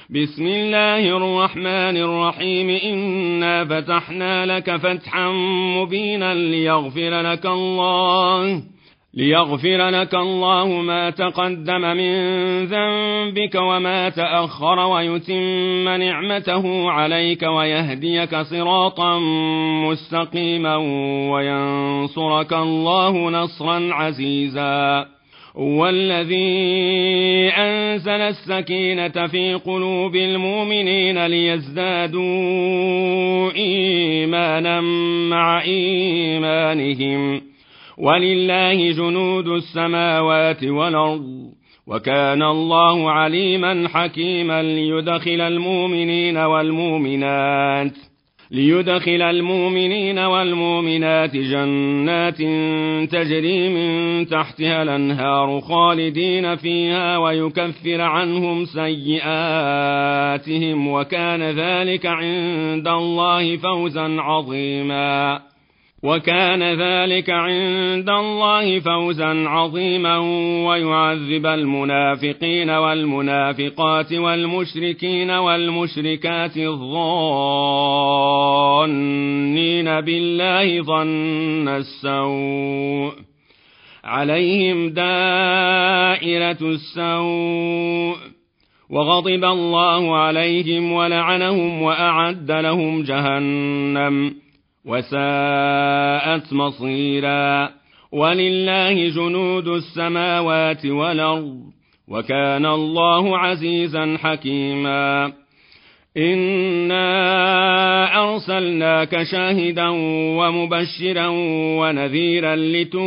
بسم الله الرحمن الرحيم إنا فتحنا لك فتحا مبينا ليغفر لك الله ما تقدم من ذنبك وما تأخر ويتم نعمته عليك ويهديك صراطا مستقيما وينصرك الله نصرا عزيزا. والذي أنزل السكينة في قلوب المؤمنين ليزدادوا إيمانا مع إيمانهم ولله جنود السماوات والأرض وكان الله عليما حكيما. ليدخل المؤمنين والمؤمنات جنات تجري من تحتها الأنهار خالدين فيها ويكفر عنهم سيئاتهم وكان ذلك عند الله فوزا عظيما ويعذب المنافقين والمنافقات والمشركين والمشركات الظانين بالله ظن السوء عليهم دائرة السوء وغضب الله عليهم ولعنهم وأعد لهم جهنم وساءت مصيرا. ولله جنود السماوات والأرض وكان الله عزيزا حكيما. إنا أرسلناك شاهدا ومبشرا ونذيرا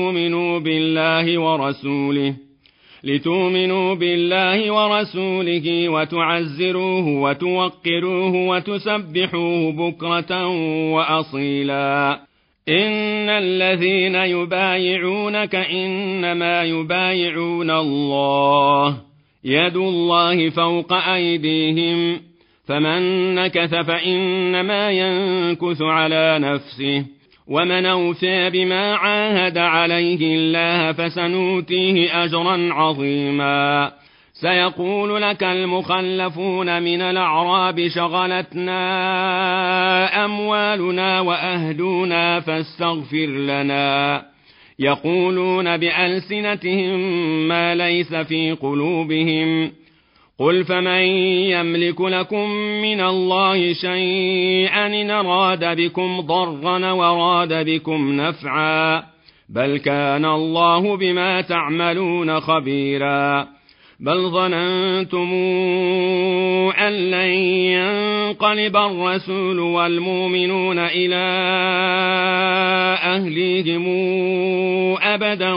لتؤمنوا بالله ورسوله وتعزروه وتوقروه وتسبحوه بكرة وأصيلا. إن الذين يبايعونك إنما يبايعون الله يد الله فوق أيديهم فمن نكث فإنما ينكث على نفسه ومن أوفى بما عاهد عليه الله فسنؤتيه أجرا عظيما. سيقول لك المخلفون من الأعراب شغلتنا أموالنا وأهلنا فاستغفر لنا يقولون بألسنتهم ما ليس في قلوبهم قل فمن يملك لكم من الله شيئا إن أراد بكم ضرا وراد بكم نفعا بل كان الله بما تعملون خبيرا. بل ظننتم أن لن ينقلب الرسول والمؤمنون إلى أهليهم أبدا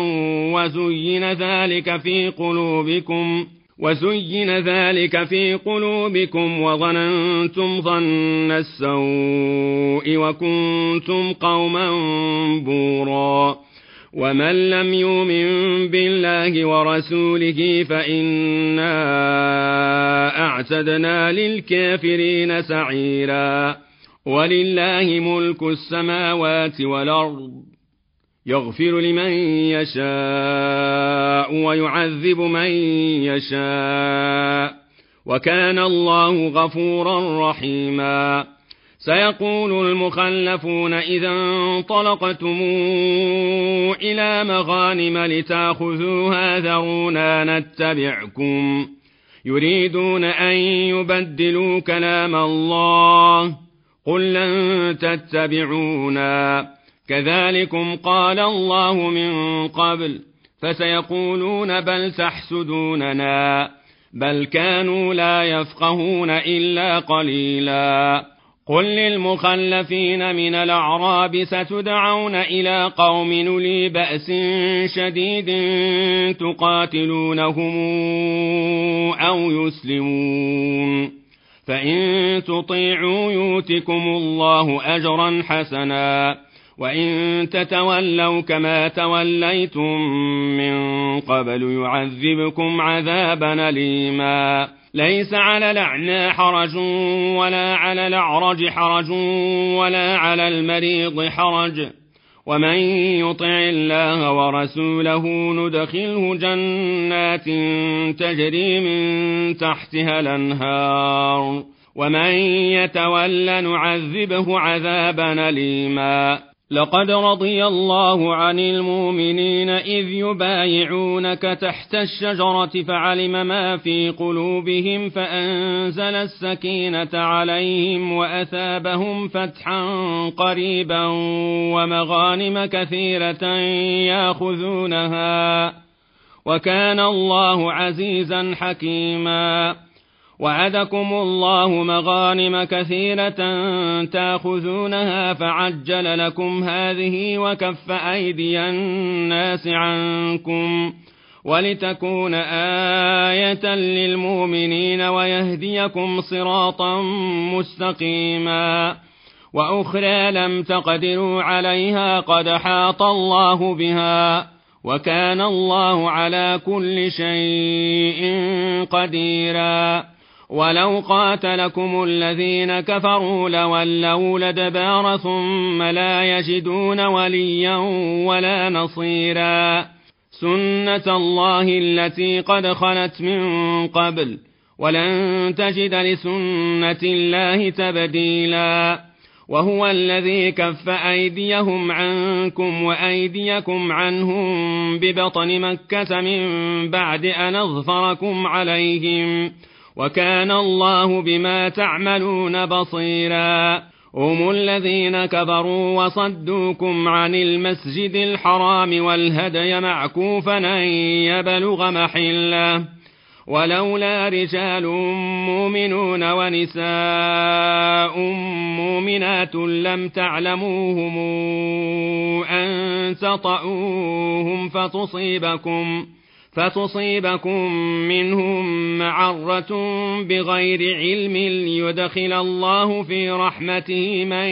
وزين ذلك في قلوبكم وظننتم ظن السوء وكنتم قوما بورا. ومن لم يؤمن بالله ورسوله فإنا أعتدنا للكافرين سعيرا. ولله ملك السماوات والأرض يغفر لمن يشاء ويعذب من يشاء وكان الله غفورا رحيما. سيقول المخلفون إذا انطلقتم إلى مغانم لتأخذوها ذرونا نتبعكم يريدون أن يبدلوا كلام الله قل لن تتبعونا كذلكم قال الله من قبل فسيقولون بل تحسدوننا بل كانوا لا يفقهون إلا قليلا. قل للمخلفين من الأعراب ستدعون إلى قوم أولي بأس شديد تقاتلونهم أو يسلمون فإن تطيعوا يؤتكم الله أجرا حسنا وإن تتولوا كما توليتم من قبل يعذبكم عذابا أليما. ليس على الأعمى حرج ولا على الأعرج حرج ولا على المريض حرج ومن يطع الله ورسوله ندخله جنات تجري من تحتها الأنهار ومن يتول نعذبه عذابا أليما. لقد رضي الله عن المؤمنين إذ يبايعونك تحت الشجرة فعلم ما في قلوبهم فأنزل السكينة عليهم وأثابهم فتحا قريبا ومغانم كثيرة يأخذونها وكان الله عزيزا حكيما. وعدكم الله مغانم كثيرة تأخذونها فعجل لكم هذه وكف أيدي الناس عنكم ولتكون آية للمؤمنين ويهديكم صراطا مستقيما. وأخرى لم تقدروا عليها قد حاط الله بها وكان الله على كل شيء قديرا. ولو قاتلكم الذين كفروا لولوا الأدبار ثم لا يجدون وليا ولا نصيرا. سنة الله التي قد خلت من قبل ولن تجد لسنة الله تبديلا. وهو الذي كف أيديهم عنكم وأيديكم عنهم ببطن مكة من بعد أن أظفركم عليهم وكان الله بما تعملون بصيرا. هم الذين كفروا وصدوكم عن المسجد الحرام والهدي معكوفا أن يبلغ محله ولولا رجال مؤمنون ونساء مؤمنات لم تعلموهم أن تطؤوهم فتصيبكم منهم معرة بغير علم ليدخل الله في رحمته من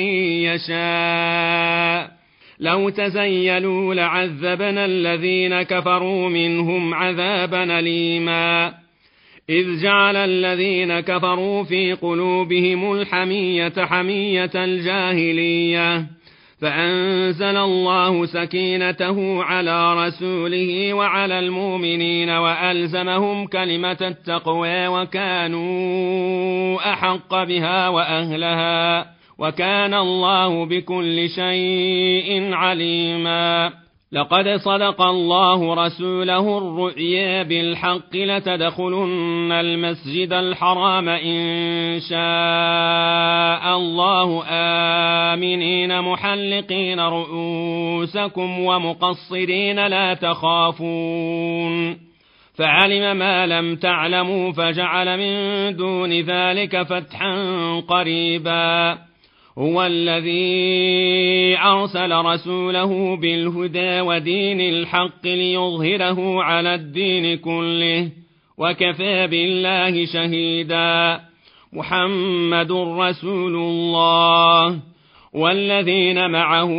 يشاء. لو تزيلوا لعذبنا الذين كفروا منهم عذابا أليما. إذ جعل الذين كفروا في قلوبهم الحمية حمية الجاهلية فأنزل الله سكينته على رسوله وعلى المؤمنين وألزمهم كلمة التقوى وكانوا أحق بها وأهلها وكان الله بكل شيء عليما. لقد صدق الله رسوله الرؤيا بالحق لتدخلن المسجد الحرام إن شاء الله آمنين محلقين رؤوسكم ومقصرين لا تخافون فعلم ما لم تعلموا فجعل من دون ذلك فتحا قريبا. هو الذي أرسل رسوله بالهدى ودين الحق ليظهره على الدين كله وكفى بالله شهيدا. محمد رسول الله والذين معه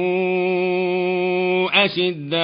أشداء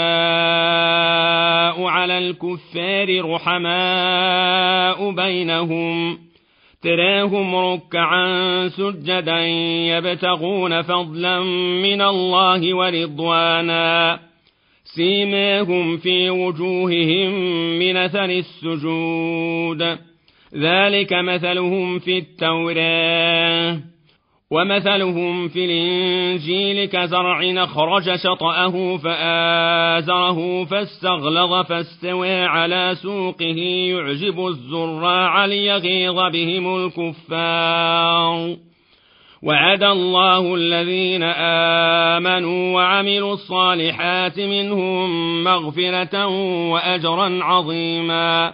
على الكفار رحماء بينهم تراهم ركعا سجدا يبتغون فضلا من الله ورضوانا سيماهم في وجوههم من أثر السجود ذلك مثلهم في التوراة ومثلهم في الإنجيل كزرع أخرج شطأه فآزره فاستغلظ فاستوى على سوقه يعجب الزراع ليغيظ بهم الكفار. وعد الله الذين آمنوا وعملوا الصالحات منهم مغفرة وأجرا عظيما.